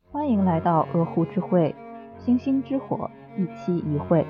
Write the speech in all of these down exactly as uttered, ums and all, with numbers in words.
欢迎来到鹅湖之会，星星之火，一期一会。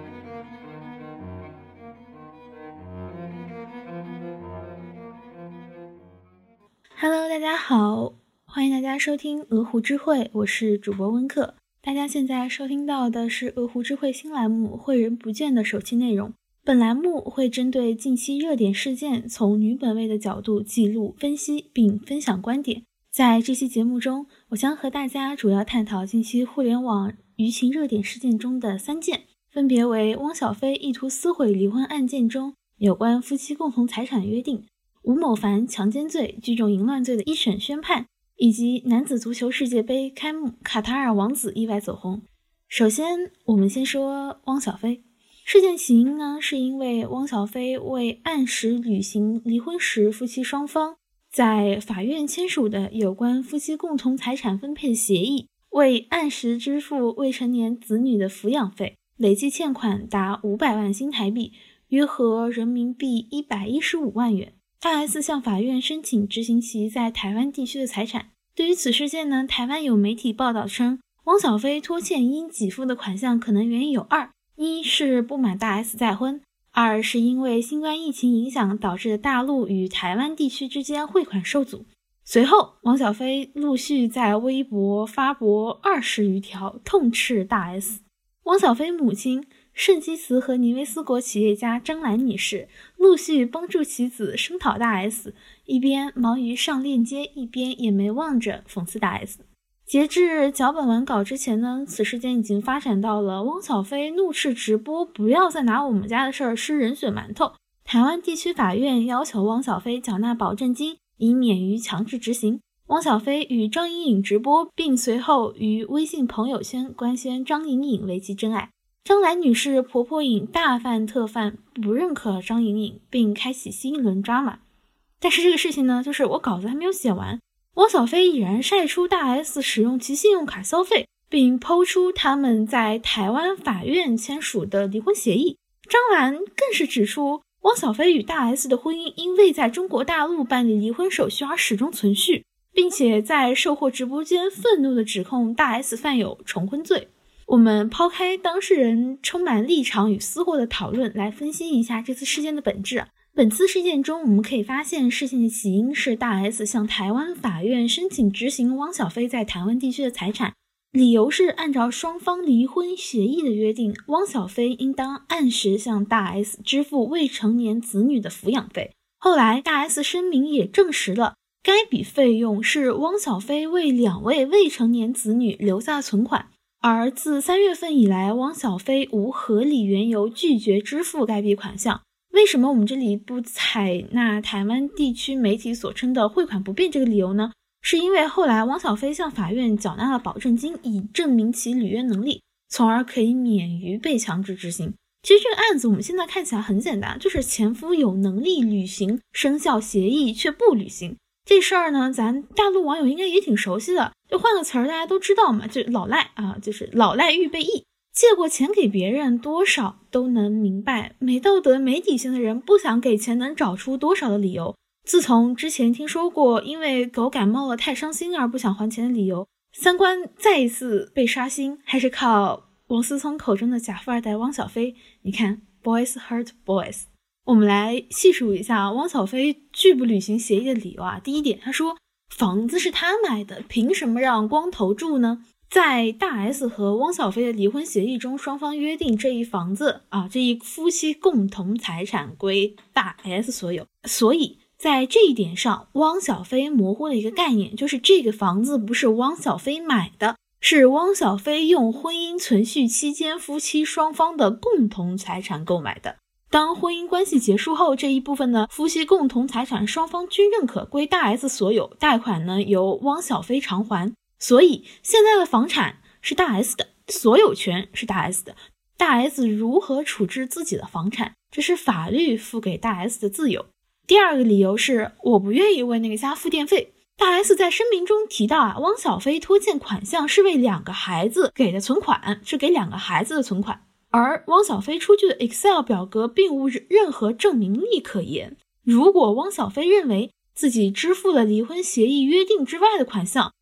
Hello， 大家好，欢迎大家收听鹅湖之会，我是主播温克。大家现在收听到的是鹅湖之会新栏目《蕙人不倦》的首期内容。本栏目会针对近期热点事件，从女本位的角度记录、分析并分享观点。在这期节目中，我将和大家主要探讨近期互联网舆情热点事件中的三件，分别为汪小菲意图撕毁离婚案件中有关夫妻共同财产约定、吴某凡强奸罪、聚众淫乱罪的一审宣判，以及男子足球世界杯开幕，卡塔尔王子意外走红。首先，我们先说汪小菲。事件起因呢，是因为汪小菲未按时履行离婚时夫妻双方在法院签署的有关夫妻共同财产分配协议，未按时支付未成年子女的抚养费，累计欠款达五百万新台币，约合人民币一百一十五万元。大 S 向法院申请执行其在台湾地区的财产。对于此事件呢，台湾有媒体报道称，汪小菲拖欠应给付的款项可能原因有二：一是不满大 S 再婚，二是因为新冠疫情影响导致大陆与台湾地区之间汇款受阻。随后，汪小菲陆续在微博发博二十余条痛斥大 S。汪小菲母亲圣基茨和尼维斯国企业家张兰女士陆续帮助其子声讨大 S， 一边忙于上链接，一边也没忘着讽刺大 S。 截至脚本完稿之前呢，此事件已经发展到了汪小菲怒斥直播不要再拿我们家的事儿吃人血馒头，台湾地区法院要求汪小菲缴纳保证金以免于强制执行。汪小菲与张颖颖直播，并随后于微信朋友圈官宣张颖颖为其真爱。张兰女士婆婆颖大犯特犯，不认可张颖颖，并开启新一轮 drama。 但是这个事情呢，就是我稿子还没有写完，汪小菲已然晒出大 S 使用其信用卡消费，并抛出他们在台湾法院签署的离婚协议。张兰更是指出，汪小菲与大 S 的婚姻因未在中国大陆办理离婚手续而始终存续，并且在售货直播间愤怒地指控大 S 犯有重婚罪。我们抛开当事人充满立场与私货的讨论，来分析一下这次事件的本质。本次事件中，我们可以发现事件的起因是大 S 向台湾法院申请执行汪小菲在台湾地区的财产，理由是按照双方离婚协议的约定，汪小菲应当按时向大 S 支付未成年子女的抚养费。后来大 S 声明也证实了该笔费用是汪小菲为两位未成年子女留下存款，而自三月份以来，汪小菲无合理缘由拒绝支付该笔款项。为什么我们这里不采纳台湾地区媒体所称的汇款不便这个理由呢？是因为后来汪小菲向法院缴纳了保证金，以证明其履约能力，从而可以免于被强制执行。其实这个案子我们现在看起来很简单，就是前夫有能力履行生效协议却不履行。这事儿呢，咱大陆网友应该也挺熟悉的，就换个词儿大家都知道嘛，就老赖啊，就是老赖预备役。借过钱给别人，多少都能明白，没道德没底线的人不想给钱能找出多少的理由。自从之前听说过因为狗感冒了太伤心而不想还钱的理由，三观再一次被刷新，还是靠王思聪口中的假富二代汪小菲。你看 boys hurt boys。 我们来细数一下汪小菲拒不履行协议的理由啊。第一点，他说房子是他买的，凭什么让光头住呢？在大 S 和汪小菲的离婚协议中，双方约定这一房子啊，这一夫妻共同财产归大 S 所有。所以在这一点上，汪小菲模糊了一个概念，就是这个房子不是汪小菲买的，是汪小菲用婚姻存续期间夫妻双方的共同财产购买的。当婚姻关系结束后，这一部分呢，夫妻共同财产双方均认可归大 S 所有，贷款呢由汪小菲偿还。所以现在的房产是大 S 的，所有权是大 S 的，大 S 如何处置自己的房产，这是法律赋给大 S 的自由。第二个理由是我不愿意为那个家付电费。大 S 在声明中提到啊，汪小菲拖欠款项是为两个孩子给的存款，是给两个孩子的存款，而汪小菲出具的 Excel 表格并无任何证明力可言。如果汪小菲认为自己支付了离婚协议约定之外的款项，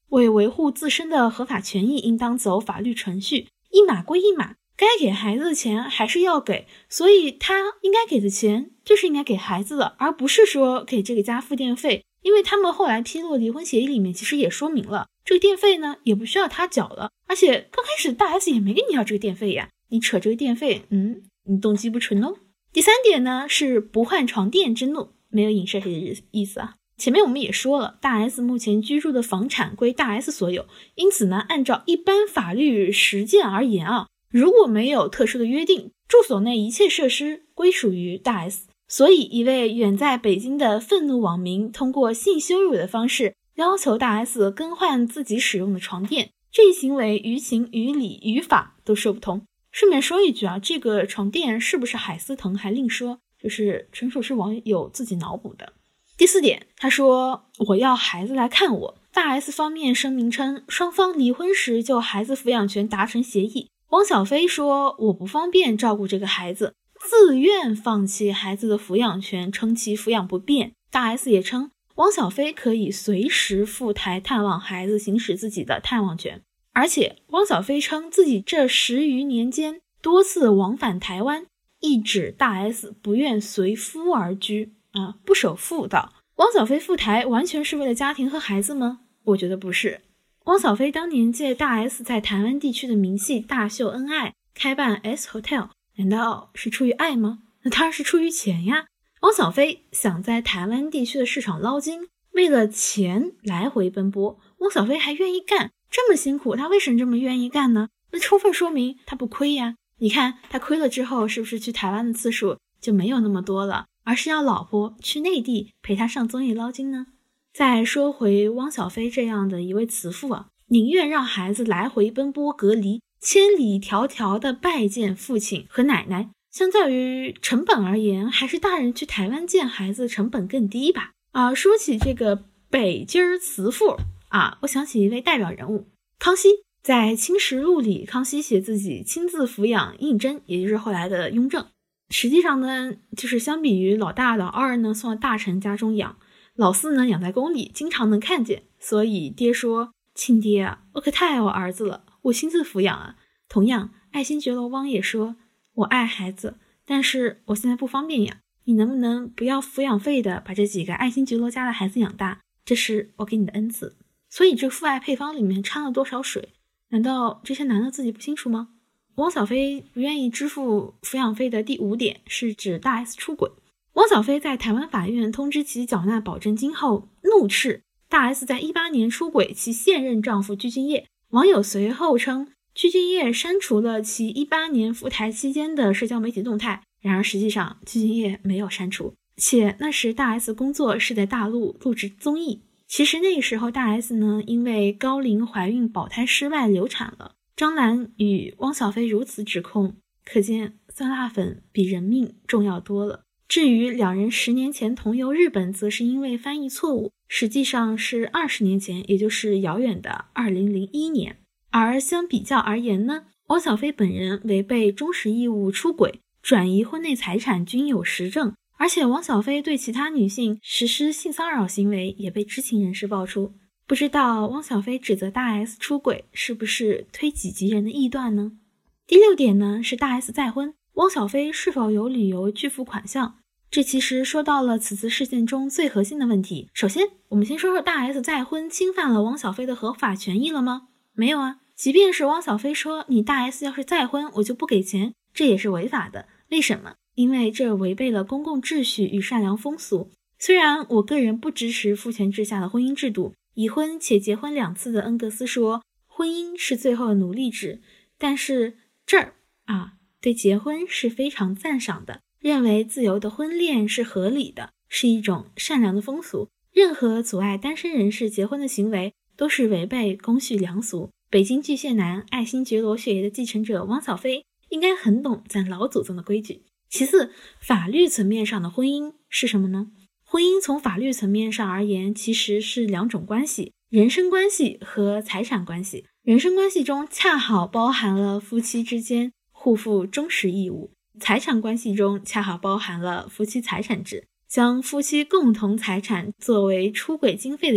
为维护自身的合法权益，应当走法律程序，一码归一码，该给孩子的钱还是要给，所以他应该给的钱就是应该给孩子的，而不是说给这个家付电费。因为他们后来披露离婚协议里面其实也说明了，这个电费呢也不需要他缴了，而且刚开始大 S 也没跟你要这个电费呀，你扯这个电费，嗯，你动机不纯哦。第三点呢是不换床垫之怒，没有影射谁的意思啊。前面我们也说了，大 S 目前居住的房产归大 S 所有，因此呢，按照一般法律实践而言啊，如果没有特殊的约定，住所内一切设施归属于大 S。所以一位远在北京的愤怒网民通过性羞辱的方式要求大 S 更换自己使用的床垫，这一行为于情于理于法都说不通。顺便说一句啊，这个床垫是不是海思腾还另说，就是纯属是网友自己脑补的。第四点，他说我要孩子来看我。大 S 方面声明称，双方离婚时就孩子抚养权达成协议。汪小菲说我不方便照顾这个孩子，自愿放弃孩子的抚养权，称其抚养不便。大 S 也称汪小菲可以随时赴台探望孩子，行使自己的探望权。而且汪小菲称自己这十余年间多次往返台湾，意指大 S 不愿随夫而居啊，不守妇道。汪小菲赴台完全是为了家庭和孩子吗？我觉得不是。汪小菲当年借大 S 在台湾地区的名气大秀恩爱，开办 S Hotel， 难道是出于爱吗？那当然是出于钱呀。汪小菲想在台湾地区的市场捞金，为了钱来回奔波，汪小菲还愿意干，这么辛苦，他为什么这么愿意干呢？那充分说明他不亏呀。你看他亏了之后，是不是去台湾的次数就没有那么多了，而是要老婆去内地陪他上综艺捞金呢？再说回汪小菲这样的一位慈父啊，宁愿让孩子来回奔波隔离，千里迢迢的拜见父亲和奶奶，相较于成本而言，还是大人去台湾见孩子成本更低吧。啊，说起这个北京慈父啊，我想起一位代表人物康熙。在《清实录》里，康熙写自己亲自抚养胤禛，也就是后来的雍正。实际上呢，就是相比于老大老二呢送到大臣家中养，老四呢养在宫里，经常能看见。所以爹说，亲爹啊，我可太爱我儿子了，我亲自抚养啊。同样，爱新觉罗汪也说，我爱孩子，但是我现在不方便养，你能不能不要抚养费的把这几个爱新觉罗家的孩子养大，这是我给你的恩赐。所以这父爱配方里面掺了多少水，难道这些男的自己不清楚吗？汪小菲不愿意支付抚养费的第五点是指大 S 出轨。汪小菲在台湾法院通知其缴纳保证金后，怒斥大 S 在一八年出轨其现任丈夫具俊晔。网友随后称，具俊晔删除了其一八年赴台期间的社交媒体动态，然而实际上具俊晔没有删除，且那时大 S 工作是在大陆录制综艺。其实那个时候大 S 呢，因为高龄怀孕保胎失败流产了。张兰与汪小菲如此指控，可见酸辣粉比人命重要多了。至于两人十年前同游日本，则是因为翻译错误，实际上是二十年前，也就是遥远的二零零一年。而相比较而言呢，汪小菲本人违背忠实义务出轨，转移婚内财产均有实证，而且汪小菲对其他女性实施性骚扰行为也被知情人士爆出。不知道汪小菲指责大 S 出轨是不是推己及人的臆断呢？第六点呢是大 S 再婚，汪小菲是否有理由拒付款项？这其实说到了此次事件中最核心的问题。首先，我们先说说大 S 再婚侵犯了汪小菲的合法权益了吗？没有啊，即便是汪小菲说你大 S 要是再婚我就不给钱，这也是违法的。为什么？因为这违背了公共秩序与善良风俗。虽然我个人不支持父权制下的婚姻制度，已婚且结婚两次的恩格斯说婚姻是最后的奴隶制，但是这儿啊，对结婚是非常赞赏的，认为自由的婚恋是合理的，是一种善良的风俗。任何阻碍单身人士结婚的行为都是违背公序良俗。北京巨蟹男爱新觉罗血液的继承者汪小菲应该很懂咱老祖宗的规矩。其次，法律层面上的婚姻是什么呢？婚姻从法律层面上而言，其实是两种关系，人身关系和财产关系。人身关系中恰好包含了夫妻之间互负忠实义务，财产关系中恰好包含了夫妻财产制。将夫妻共同财产作为出轨经费的人，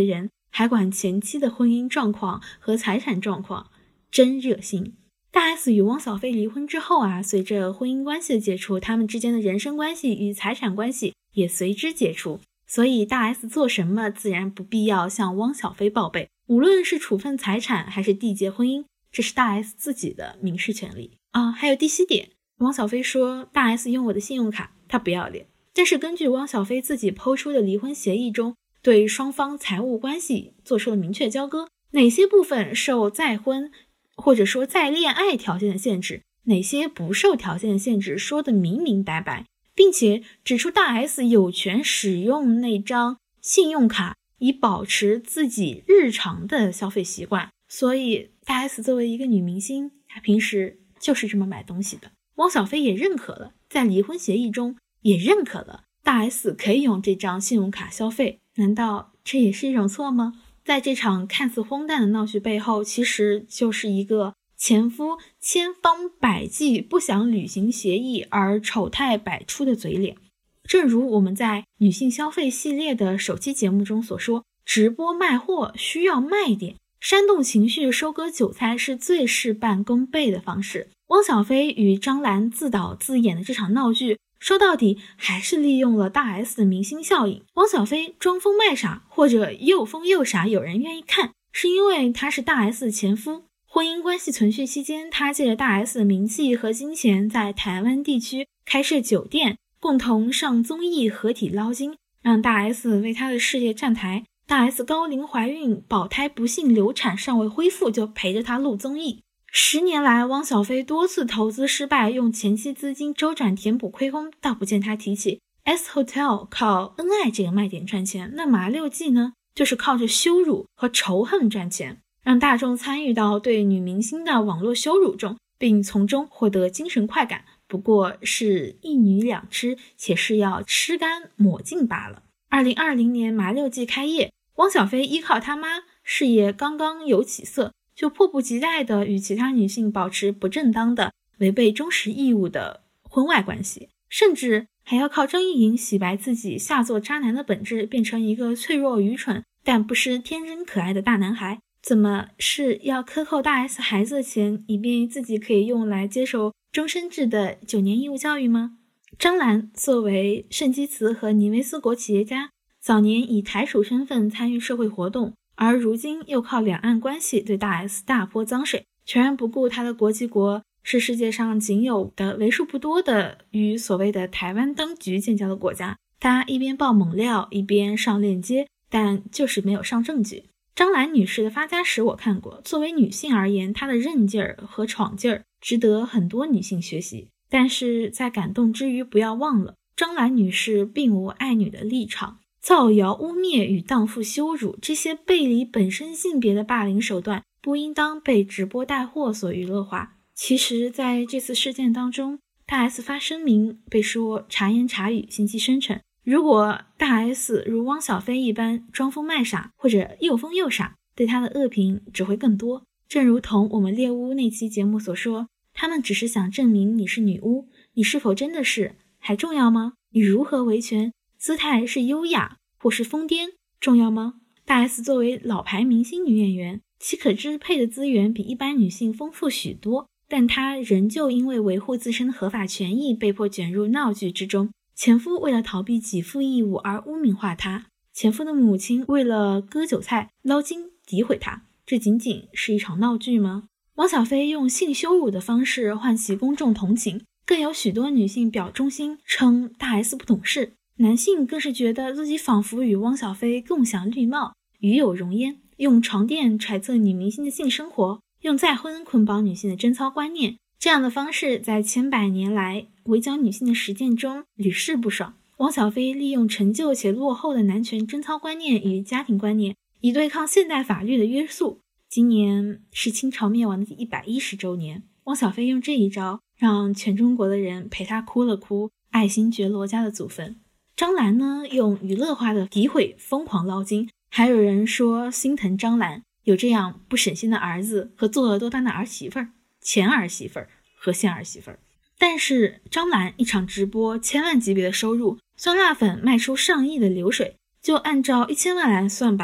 还管前妻的婚姻状况和财产状况，真热心。大 S 与汪小菲离婚之后啊，随着婚姻关系的解除，他们之间的人身关系与财产关系也随之解除，所以大 S 做什么自然不必要向汪小菲报备，无论是处分财产还是缔结婚姻，这是大 S 自己的民事权利啊。还有第七点，汪小菲说大 S 用我的信用卡，他不要脸。但是根据汪小菲自己抛出的离婚协议中，对双方财务关系做出了明确交割，哪些部分受再婚或者说再恋爱条件的限制，哪些不受条件的限制，说得明明白白，并且指出大 S 有权使用那张信用卡以保持自己日常的消费习惯。所以大 S 作为一个女明星，她平时就是这么买东西的。汪小菲也认可了，在离婚协议中也认可了大 S 可以用这张信用卡消费，难道这也是一种错吗？在这场看似荒诞的闹剧背后，其实就是一个前夫千方百计不想履行协议而丑态百出的嘴脸。正如我们在女性消费系列的首期节目中所说，直播卖货需要卖点，煽动情绪收割韭菜是最事半功倍的方式。汪小菲与张兰自导自演的这场闹剧，说到底还是利用了大 S 的明星效应。汪小菲装疯卖傻或者又疯又傻有人愿意看，是因为他是大 S 的前夫。婚姻关系存续期间，他借着大 S 的名气和金钱，在台湾地区开设酒店，共同上综艺合体捞金，让大 S 为他的事业站台。大 S 高龄怀孕，保胎不幸流产尚未恢复，就陪着他录综艺。十年来，汪小菲多次投资失败，用前期资金周转填补亏空，倒不见他提起。S Hotel 靠恩爱这个卖点赚钱，那马六记呢，就是靠着羞辱和仇恨赚钱，让大众参与到对女明星的网络羞辱中，并从中获得精神快感，不过是一女两吃，且是要吃干抹净罢了。二零二零年马六记开业，汪小菲依靠他妈，事业刚刚有起色，就迫不及待地与其他女性保持不正当的、违背忠实义务的婚外关系，甚至还要靠张艺颖洗白自己下作渣男的本质，变成一个脆弱愚蠢但不失天真可爱的大男孩。怎么是要克扣大 S 孩子的钱，以便自己可以用来接受终身制的九年义务教育吗？张兰作为圣基茨和尼维斯国企业家，早年以台属身份参与社会活动，而如今又靠两岸关系对大 S 大泼脏水，全然不顾他的国际国是世界上仅有的为数不多的与所谓的台湾当局建交的国家。他一边爆猛料，一边上链接，但就是没有上证据。张兰女士的发家史我看过，作为女性而言，她的韧劲儿和闯劲儿值得很多女性学习。但是在感动之余，不要忘了，张兰女士并无爱女的立场。造谣、污蔑与荡妇羞辱，这些背离本身性别的霸凌手段，不应当被直播带货所娱乐化。其实在这次事件当中，大 S 发声明被说茶言茶语，心机深沉。如果大 S 如汪小菲一般装疯卖傻，或者又疯又傻，对她的恶评只会更多。正如同我们猎巫那期节目所说，他们只是想证明你是女巫，你是否真的是还重要吗？你如何维权？姿态是优雅或是疯癫重要吗？大 S 作为老牌明星女演员，其可支配的资源比一般女性丰富许多，但她仍旧因为维护自身的合法权益被迫卷入闹剧之中。前夫为了逃避给付义务而污名化她，前夫的母亲为了割韭菜捞金诋毁她，这仅仅是一场闹剧吗？汪小菲用性羞辱的方式唤起公众同情，更有许多女性表忠心，称大 S 不懂事。男性更是觉得自己仿佛与汪小菲共享绿帽，与有荣焉，用床垫揣测女明星的性生活，用再婚捆绑女性的贞操观念。这样的方式在千百年来围剿女性的实践中屡试不爽。汪小菲利用陈旧且落后的男权贞操观念与家庭观念，以对抗现代法律的约束。今年是清朝灭亡的第一百一十周年，汪小菲用这一招让全中国的人陪他哭了哭，爱新觉罗家的祖坟。张兰呢，用娱乐化的诋毁疯狂捞金，还有人说心疼张兰有这样不省心的儿子和作恶多端的儿媳妇儿、前儿媳妇儿和现儿媳妇儿。但是张兰一场直播千万级别的收入，酸辣粉卖出上亿的流水，就按照一千万来算吧，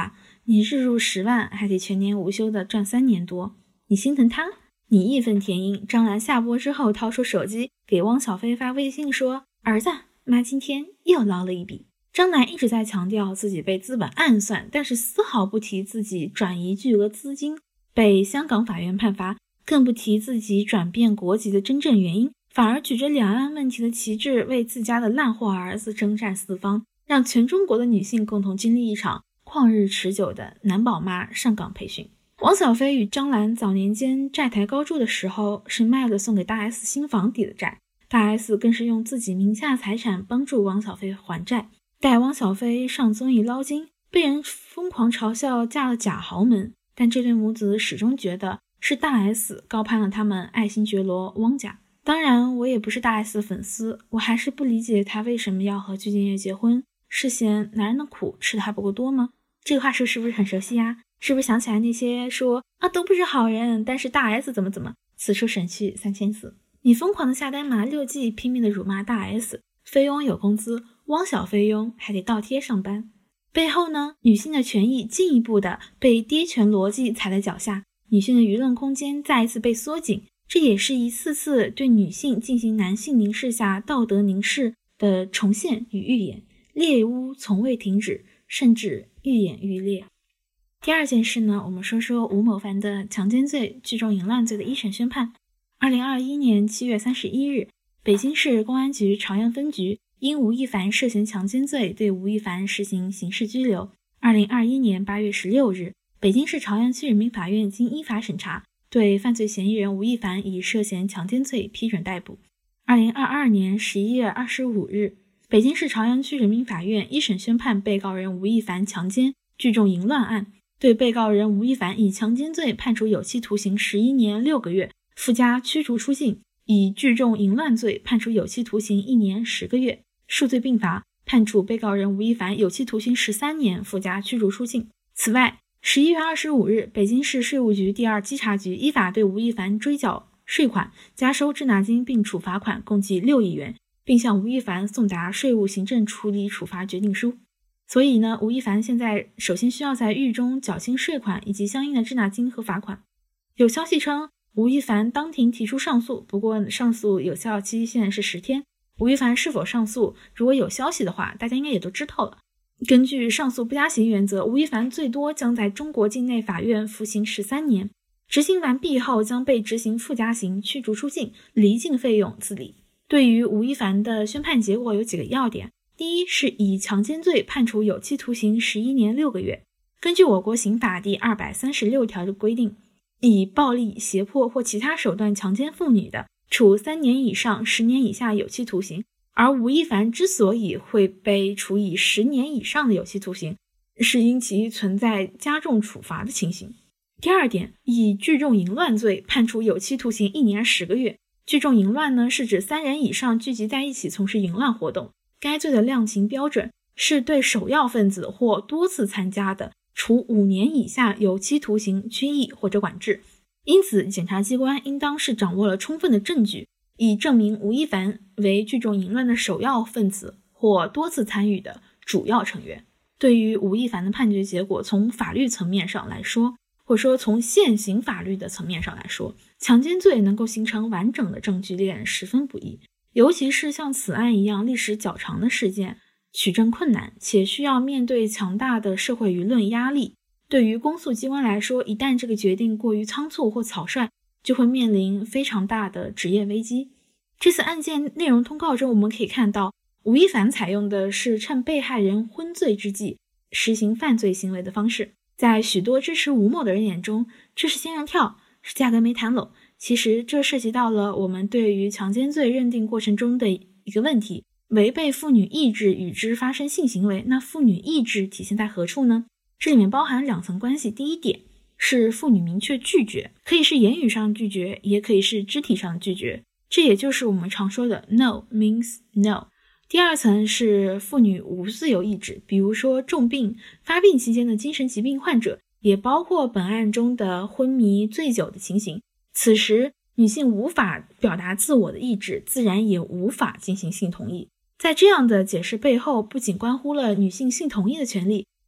你日入十万，还得全年无休的赚三年多，你心疼他？你义愤填膺。张兰下播之后掏出手机给汪小菲发微信说，儿子，妈今天又捞了一笔。张兰一直在强调自己被资本暗算，但是丝毫不提自己转移巨额资金被香港法院判罚，更不提自己转变国籍的真正原因，反而举着两岸问题的旗帜为自家的烂货儿子征战四方，让全中国的女性共同经历一场旷日持久的男宝妈上岗培训。汪小菲与张兰早年间债台高筑的时候，是卖了送给大 S 新房抵的债，大 S 更是用自己名下财产帮助汪小菲还债。待汪小菲上综艺捞金，被人疯狂嘲笑嫁了假豪门，但这对母子始终觉得是大 S 高攀了他们爱新觉罗汪家。当然我也不是大 S 的粉丝，我还是不理解他为什么要和具俊晔结婚，是嫌男人的苦吃的还不够多吗？这个话术是不是很熟悉呀？是不是想起来那些说啊都不是好人，但是大 S 怎么怎么，此处省去三千字。你疯狂的下单马六 G， 拼命的辱骂大 S， 菲佣有工资，汪小菲佣还得倒贴上班，背后呢，女性的权益进一步的被爹权逻辑踩在脚下，女性的舆论空间再一次被缩紧，这也是一次次对女性进行男性凝视下道德凝视的重现与预演，猎巫从未停止，甚至愈演愈烈。第二件事呢，我们说说吴某凡的强奸罪、聚众淫乱罪的一审宣判。二零二一年七月三十一日，北京市公安局朝阳分局因吴亦凡涉嫌强奸罪对吴亦凡实行刑事拘留。二零二一年八月十六日，北京市朝阳区人民法院经依法审查，对犯罪嫌疑人吴亦凡以涉嫌强奸罪批准逮捕。二零二二年十一月二十五日，北京市朝阳区人民法院一审宣判被告人吴亦凡强奸、聚众淫乱案，对被告人吴亦凡以强奸罪判处有期徒刑十一年六个月，附加驱逐出境；以聚众淫乱罪判处有期徒刑一年十个月，数罪并罚，判处被告人吴亦凡有期徒刑十三年，附加驱逐出境。此外，十一月二十五日，北京市税务局第二稽查局依法对吴亦凡追缴税款、加收滞纳金并处罚款共计六亿元，并向吴亦凡送达税务行政处理处罚决定书。所以呢，吴亦凡现在首先需要在狱中缴清税款以及相应的滞纳金和罚款。有消息称，吴亦凡当庭提出上诉，不过上诉有效期限是十天。吴亦凡是否上诉，如果有消息的话，大家应该也都知道了。根据上诉不加刑原则，吴亦凡最多将在中国境内法院服刑十三年，执行完毕后将被执行附加刑，驱逐出境，离境费用自理。对于吴亦凡的宣判结果有几个要点。第一，是以强奸罪判处有期徒刑十一年六个月。根据我国刑法第二百三十六条的规定，以暴力、胁迫或其他手段强奸妇女的，处三年以上十年以下有期徒刑。而吴亦凡之所以会被处以十年以上的有期徒刑，是因其存在加重处罚的情形。第二点，以聚众淫乱罪判处有期徒刑一年十个月。聚众淫乱呢，是指三人以上聚集在一起从事淫乱活动。该罪的量刑标准是对首要分子或多次参加的，处五年以下有期徒刑、拘役或者管制。因此，检察机关应当是掌握了充分的证据，以证明吴亦凡为聚众淫乱的首要分子或多次参与的主要成员。对于吴亦凡的判决结果，从法律层面上来说，或者说从现行法律的层面上来说，强奸罪能够形成完整的证据链十分不易。尤其是像此案一样历史较长的事件，取证困难，且需要面对强大的社会舆论压力。对于公诉机关来说，一旦这个决定过于仓促或草率，就会面临非常大的职业危机。这次案件内容通告中，我们可以看到，吴亦凡采用的是趁被害人昏醉之际实行犯罪行为的方式。在许多支持吴某的人眼中，这是仙人跳，是价格没谈拢。其实这涉及到了我们对于强奸罪认定过程中的一个问题，违背妇女意志与之发生性行为，那妇女意志体现在何处呢？这里面包含两层关系。第一点是妇女明确拒绝，可以是言语上拒绝，也可以是肢体上拒绝，这也就是我们常说的 no means no。 第二层是妇女无自由意志，比如说重病、发病期间的精神疾病患者，也包括本案中的昏迷、醉酒的情形。此时女性无法表达自我的意志，自然也无法进行性同意。在这样的解释背后，不仅关乎了女性性同意的权利，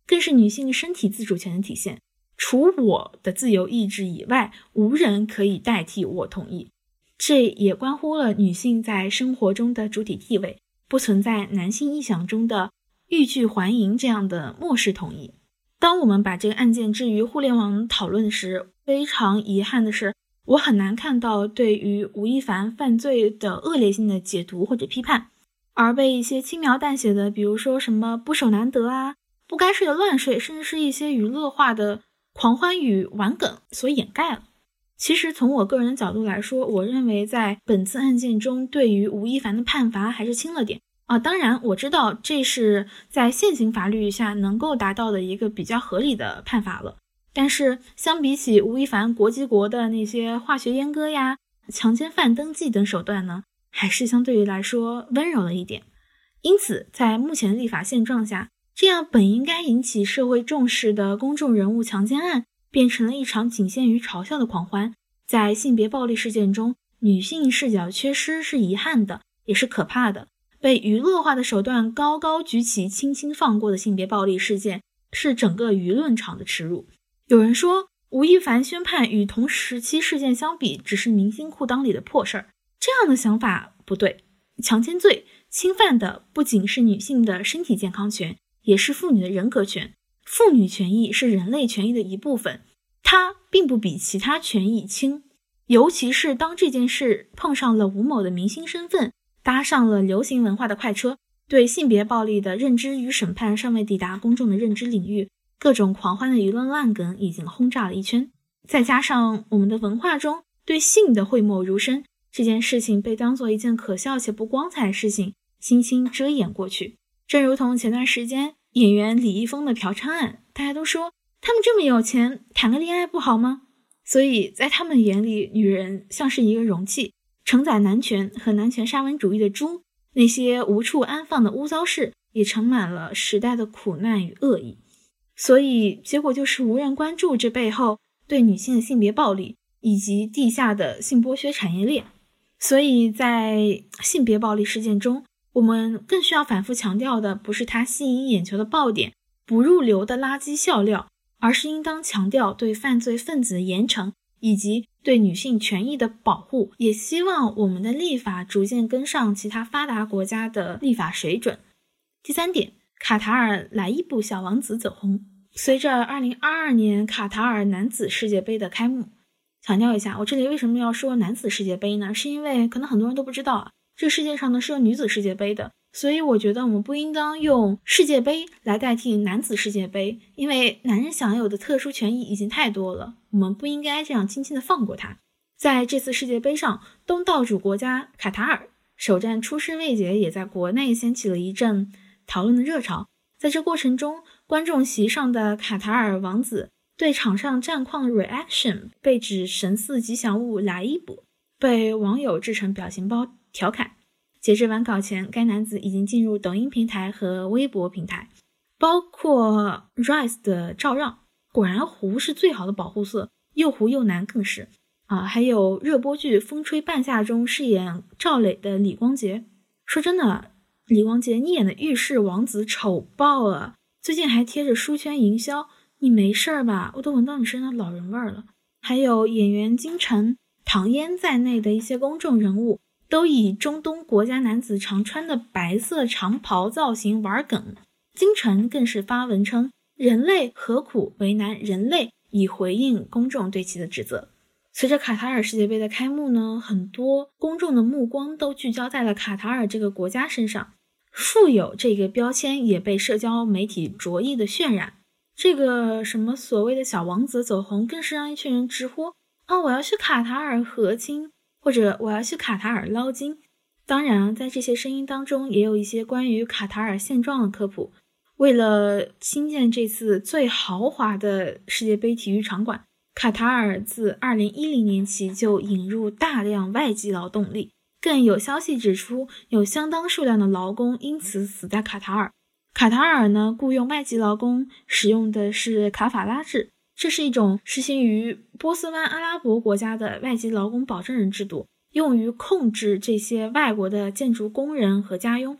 更是女性身体自主权的体现。除我的自由意志以外，无人可以代替我同意。这也关乎了女性在生活中的主体地位，不存在男性臆想中的欲拒还迎这样的漠视同意。当我们把这个案件置于互联网讨论时，非常遗憾的是，我很难看到对于吴亦凡犯罪的恶劣性的解读或者批判，而被一些轻描淡写的，比如说什么不守难得啊，不该睡的乱睡，甚至是一些娱乐化的狂欢与玩梗所掩盖了。其实从我个人的角度来说，我认为在本次案件中对于吴亦凡的判罚还是轻了点啊。当然我知道这是在现行法律下能够达到的一个比较合理的判罚了，但是相比起吴亦凡国际国的那些化学阉割呀、强奸犯登记等手段呢，还是相对于来说温柔了一点。因此在目前的立法现状下，这样本应该引起社会重视的公众人物强奸案变成了一场仅限于嘲笑的狂欢。在性别暴力事件中，女性视角缺失是遗憾的，也是可怕的。被娱乐化的手段高高举起轻轻放过的性别暴力事件，是整个舆论场的耻辱。有人说吴亦凡宣判与同时期事件相比只是明星裤裆里的破事儿，这样的想法不对。强奸罪侵犯的不仅是女性的身体健康权，也是妇女的人格权。妇女权益是人类权益的一部分，它并不比其他权益轻。尤其是当这件事碰上了吴某的明星身份，搭上了流行文化的快车，对性别暴力的认知与审判尚未抵达公众的认知领域，各种狂欢的舆论烂梗已经轰炸了一圈。再加上我们的文化中对性的讳莫如深，这件事情被当作一件可笑且不光彩的事情轻轻遮掩过去。正如同前段时间演员李易峰的嫖娼案，大家都说他们这么有钱，谈个恋爱不好吗？所以在他们眼里，女人像是一个容器，承载男权和男权沙文主义的猪，那些无处安放的污糟事也盛满了时代的苦难与恶意。所以结果就是无人关注这背后对女性的性别暴力以及地下的性剥削产业链。所以在性别暴力事件中，我们更需要反复强调的不是它吸引眼球的爆点、不入流的垃圾笑料，而是应当强调对犯罪分子的严惩以及对女性权益的保护。也希望我们的立法逐渐跟上其他发达国家的立法水准。第三点，卡塔尔莱伊布小王子走红。随着二零二二年卡塔尔男子世界杯的开幕，强调一下，我这里为什么要说男子世界杯呢？是因为可能很多人都不知道啊，这个世界上呢是有女子世界杯的，所以我觉得我们不应当用世界杯来代替男子世界杯，因为男人享有的特殊权益已经太多了，我们不应该这样轻轻的放过他。在这次世界杯上，东道主国家卡塔尔首战出师未捷，也在国内掀起了一阵讨论的热潮。在这过程中，观众席上的卡塔尔王子对场上战况的 reaction 被指神似吉祥物莱伊布，被网友制成表情包调侃。截至完稿前，该男子已经进入抖音平台和微博平台，包括 Rise 的赵让，果然胡是最好的保护色，又胡又男更是啊，还有热播剧《风吹半夏》中饰演赵磊的李光洁。说真的，李光洁你演的浴室王子丑爆了，最近还贴着书圈营销，你没事吧？我都闻到你身上老人味了。还有演员金晨、唐嫣在内的一些公众人物都以中东国家男子常穿的白色长袍造型玩梗。金晨更是发文称，人类何苦为难人类，以回应公众对其的指责。随着卡塔尔世界杯的开幕呢，很多公众的目光都聚焦在了卡塔尔这个国家身上，富有这个标签也被社交媒体着意的渲染。这个什么所谓的小王子走红，更是让一群人直呼啊，我要去卡塔尔和亲，或者我要去卡塔尔捞金。当然在这些声音当中也有一些关于卡塔尔现状的科普。为了兴建这次最豪华的世界杯体育场馆，卡塔尔自二零一零年起就引入大量外籍劳动力，更有消息指出有相当数量的劳工因此死在卡塔尔。卡塔尔呢，雇佣外籍劳工使用的是卡法拉制，这是一种实行于波斯湾阿拉伯国家的外籍劳工保证人制度，用于控制这些外国的建筑工人和家佣。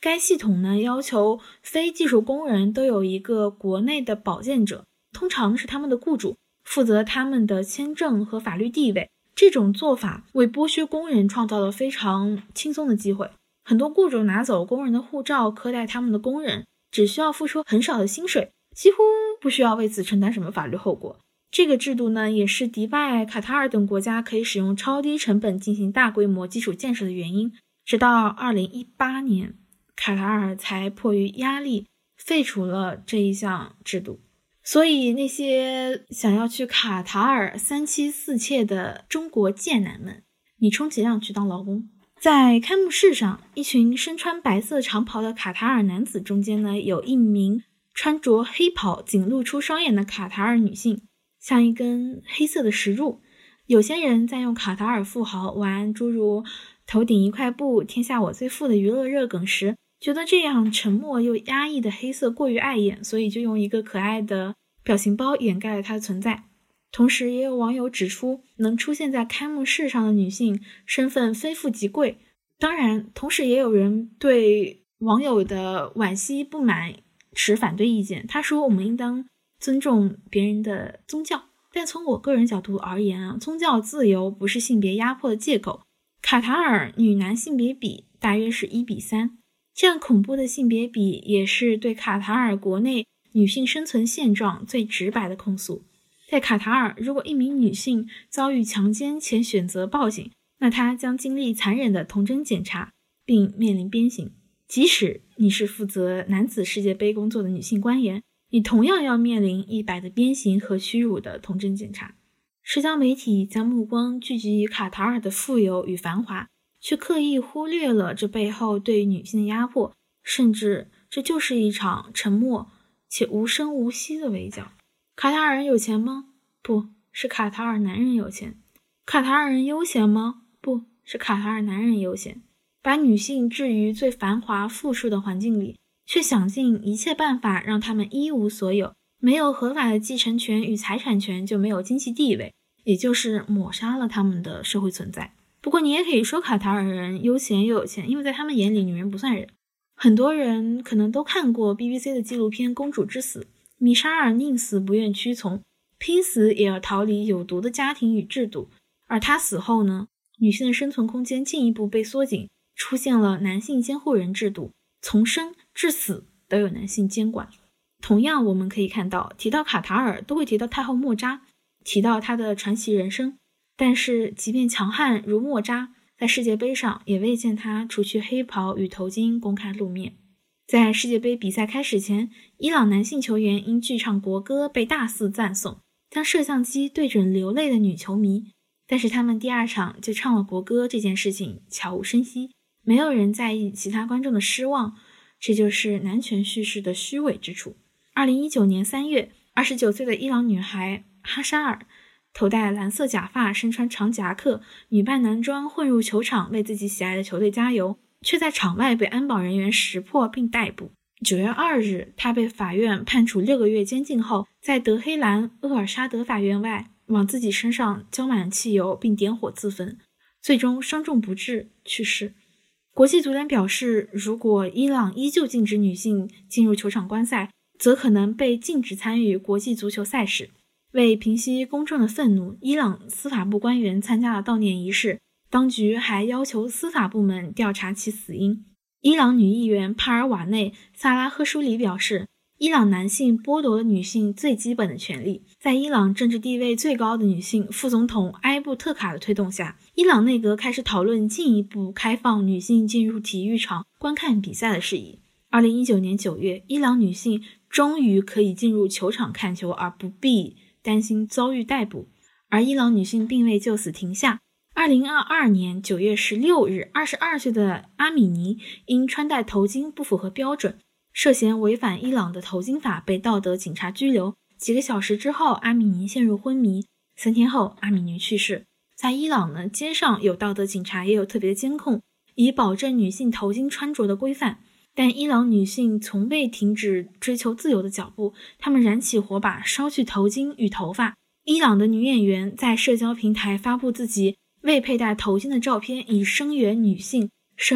该系统呢要求非技术工人都有一个国内的保荐者，通常是他们的雇主，负责他们的签证和法律地位。这种做法为剥削工人创造了非常轻松的机会，很多雇主拿走工人的护照，苛待他们的工人，只需要付出很少的薪水，几乎不需要为此承担什么法律后果。这个制度呢，也是迪拜、卡塔尔等国家可以使用超低成本进行大规模基础建设的原因。直到二零一八年，卡塔尔才迫于压力废除了这一项制度。所以那些想要去卡塔尔三妻四妾的中国贱男们，你充其量去当劳工。在开幕式上，一群身穿白色长袍的卡塔尔男子中间呢，有一名穿着黑袍仅露出双眼的卡塔尔女性，像一根黑色的石柱。有些人在用卡塔尔富豪玩诸如头顶一块布，天下我最富的娱乐热梗时，觉得这样沉默又压抑的黑色过于碍眼，所以就用一个可爱的表情包掩盖了它的存在。同时也有网友指出，能出现在开幕式上的女性身份非富即贵。当然，同时也有人对网友的惋惜不满持反对意见，他说我们应当尊重别人的宗教。但从我个人角度而言啊，宗教自由不是性别压迫的借口。卡塔尔女男性别比大约是一比三，这样恐怖的性别比也是对卡塔尔国内女性生存现状最直白的控诉。在卡塔尔，如果一名女性遭遇强奸且选择报警，那她将经历残忍的童贞检查，并面临鞭刑。即使你是负责男子世界杯工作的女性官员，你同样要面临一百的鞭刑和屈辱的童贞检查。社交媒体将目光聚集于卡塔尔的富有与繁华，却刻意忽略了这背后对女性的压迫，甚至这就是一场沉默且无声无息的围剿。卡塔尔人有钱吗？不，是卡塔尔男人有钱。卡塔尔人悠闲吗？不，是卡塔尔男人悠闲。把女性置于最繁华富庶的环境里，却想尽一切办法让他们一无所有，没有合法的继承权与财产权，就没有经济地位，也就是抹杀了他们的社会存在。不过你也可以说卡塔尔人悠闲又有钱，因为在他们眼里女人不算人。很多人可能都看过 B B C 的纪录片《公主之死》，米沙尔宁死不愿屈从，拼死也要逃离有毒的家庭与制度。而她死后呢，女性的生存空间进一步被缩紧，出现了男性监护人制度，从生至死都有男性监管。同样我们可以看到，提到卡塔尔都会提到太后莫扎，提到她的传奇人生，但是即便强悍如莫扎，在世界杯上也未见她除去黑袍与头巾公开露面。在世界杯比赛开始前，伊朗男性球员因剧唱国歌被大肆赞颂，将摄像机对准流泪的女球迷，但是他们第二场就唱了国歌，这件事情悄无声息，没有人在意其他观众的失望，这就是男权叙事的虚伪之处。二零一九年三月，二十九岁的伊朗女孩哈沙尔头戴蓝色假发，身穿长夹克，女扮男装混入球场为自己喜爱的球队加油，却在场外被安保人员识破并逮捕。九月二日，她被法院判处六个月监禁后，在德黑兰厄尔沙德法院外往自己身上浇满汽油并点火自焚，最终伤重不治去世。国际足联表示，如果伊朗依旧禁止女性进入球场观赛，则可能被禁止参与国际足球赛事。为平息公众的愤怒，伊朗司法部官员参加了悼念仪式，当局还要求司法部门调查其死因。伊朗女议员帕尔瓦内·萨拉赫舒里表示，伊朗男性剥夺了女性最基本的权利。在伊朗政治地位最高的女性副总统埃布特卡的推动下，伊朗内阁开始讨论进一步开放女性进入体育场观看比赛的事宜。二零一九年九月，伊朗女性终于可以进入球场看球，而不必担心遭遇逮捕。而伊朗女性并未就此停下。二零二二年九月十六日，二十二岁的阿米尼因穿戴头巾不符合标准，涉嫌违反伊朗的头巾法被道德警察拘留。几个小时之后，阿米尼陷入昏迷。三天后，阿米尼去世。在伊朗呢，街上有道德警察，也有特别监控，以保证女性头巾穿着的规范。但伊朗女性从未停止追求自由的脚步，她们燃起火把，烧去头巾与头发。伊朗的女演员在社交平台发布自己未佩戴头巾的照片，以声援女性生命，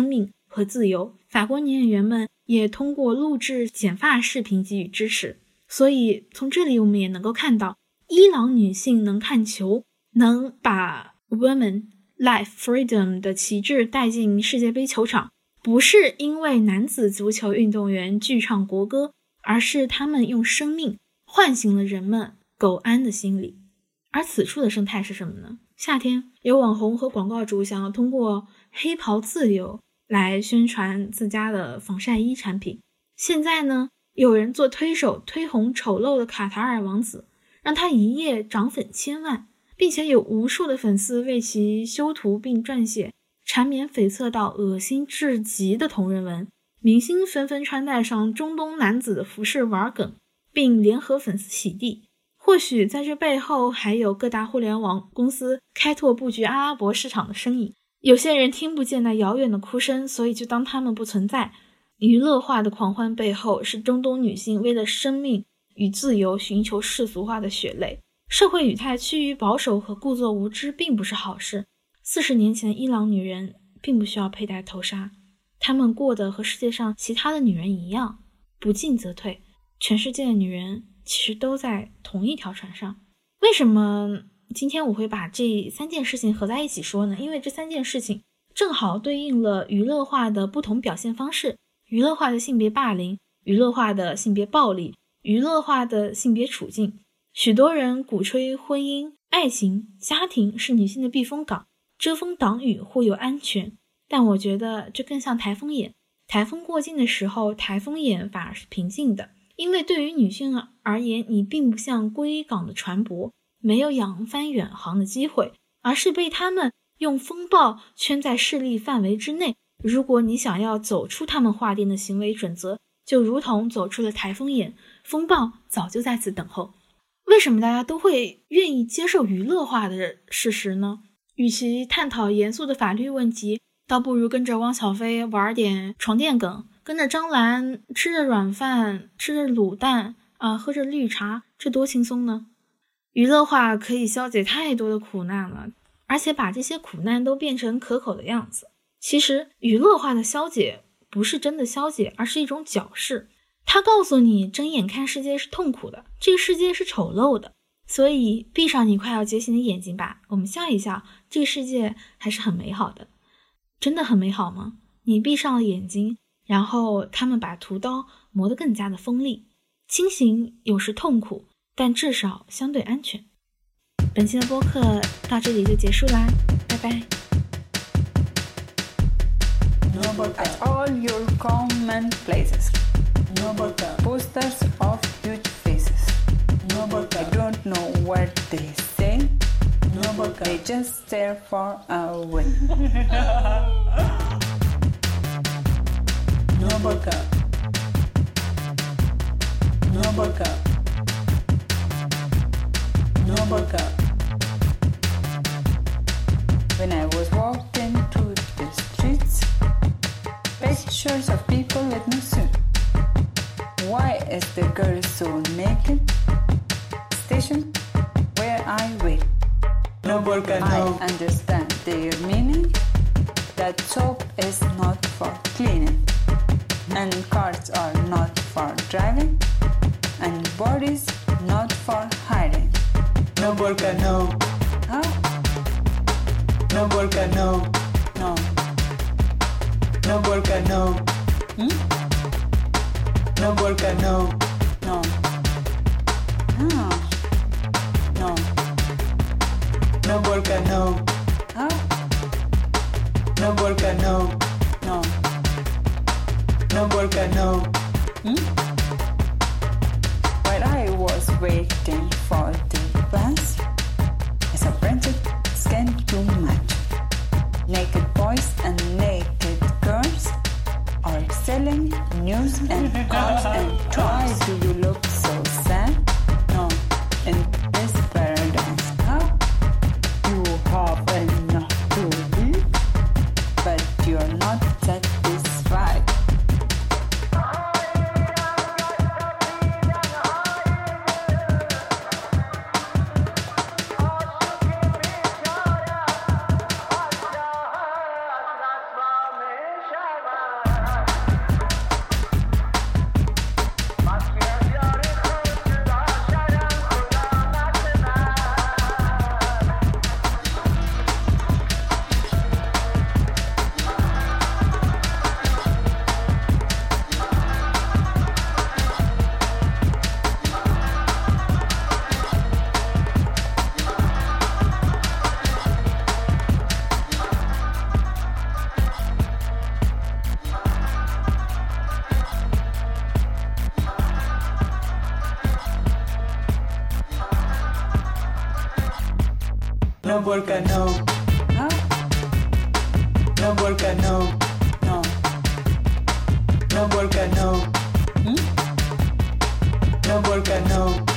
和自由。法国女演员们也通过录制剪发视频给予支持。所以从这里我们也能够看到，伊朗女性能看球，能把 Women Life Freedom 的旗帜带进世界杯球场，不是因为男子足球运动员剧唱国歌，而是他们用生命唤醒了人们苟安的心理。而此处的生态是什么呢？夏天有网红和广告主想要通过黑袍自由来宣传自家的防晒衣产品，现在呢有人做推手推红丑陋的卡塔尔王子，让他一夜涨粉千万，并且有无数的粉丝为其修图并撰写缠绵悱恻到恶心至极的同人文。明星纷纷穿戴上中东男子的服饰玩梗，并联合粉丝洗地。或许在这背后还有各大互联网公司开拓布局阿拉伯市场的身影。有些人听不见那遥远的哭声，所以就当他们不存在。娱乐化的狂欢背后是中东女性为了生命与自由寻求世俗化的血泪。社会语态趋于保守和故作无知并不是好事。四十年前伊朗女人并不需要佩戴头纱，她们过得和世界上其他的女人一样，不进则退。全世界的女人其实都在同一条船上。为什么今天我会把这三件事情合在一起说呢？因为这三件事情正好对应了娱乐化的不同表现方式，娱乐化的性别霸凌，娱乐化的性别暴力，娱乐化的性别处境。许多人鼓吹婚姻、爱情、家庭是女性的避风港，遮风挡雨，护佑安全，但我觉得这更像台风眼。台风过境的时候，台风眼反而是平静的，因为对于女性而言，你并不像归港的船舶，没有扬帆远航的机会，而是被他们用风暴圈在势力范围之内。如果你想要走出他们划定的行为准则，就如同走出了台风眼，风暴早就在此等候。为什么大家都会愿意接受娱乐化的事实呢？与其探讨严肃的法律问题，倒不如跟着汪小菲玩点床垫梗，跟着张兰吃着软饭，吃着卤蛋啊、呃，喝着绿茶，这多轻松呢。娱乐化可以消解太多的苦难了，而且把这些苦难都变成可口的样子。其实娱乐化的消解不是真的消解，而是一种矫饰。它告诉你睁眼看世界是痛苦的，这个世界是丑陋的，所以闭上你快要觉醒的眼睛吧，我们笑一笑，这个世界还是很美好的。真的很美好吗？你闭上了眼睛，然后他们把屠刀磨得更加的锋利。清醒有时痛苦，但至少相对安全。本期的播客到这里就结束啦，拜拜。 At all your common places, posters of huge faces. I don't know what they say, they just stare far away. No burqa, no burqa, no burqa. When I was walking through the streets, pictures of people with no suit. Why is the girl so naked? Station where I wait. No burqa, no. I understand their meaning, that soap is not for cleaning, and cars are not for driving, and bodies not for hiding. No burqa, no. Huh? No burqa, no. No. No burqa, no. Hmm? No burqa, no. No. Ah. No. No burqa, no. Huh? No burqa, no. No. No burqa, no. Hmm? While I was waiting for the bus, I saw printed skin too much. Naked boys and naked girls are selling news and cars, and why do you look so sad? No, in this paradise, huh? You have enough to live, but you're not satisfied. No burka, no. No? No burka, no. No. No burka, no. Hmm? No burka, no.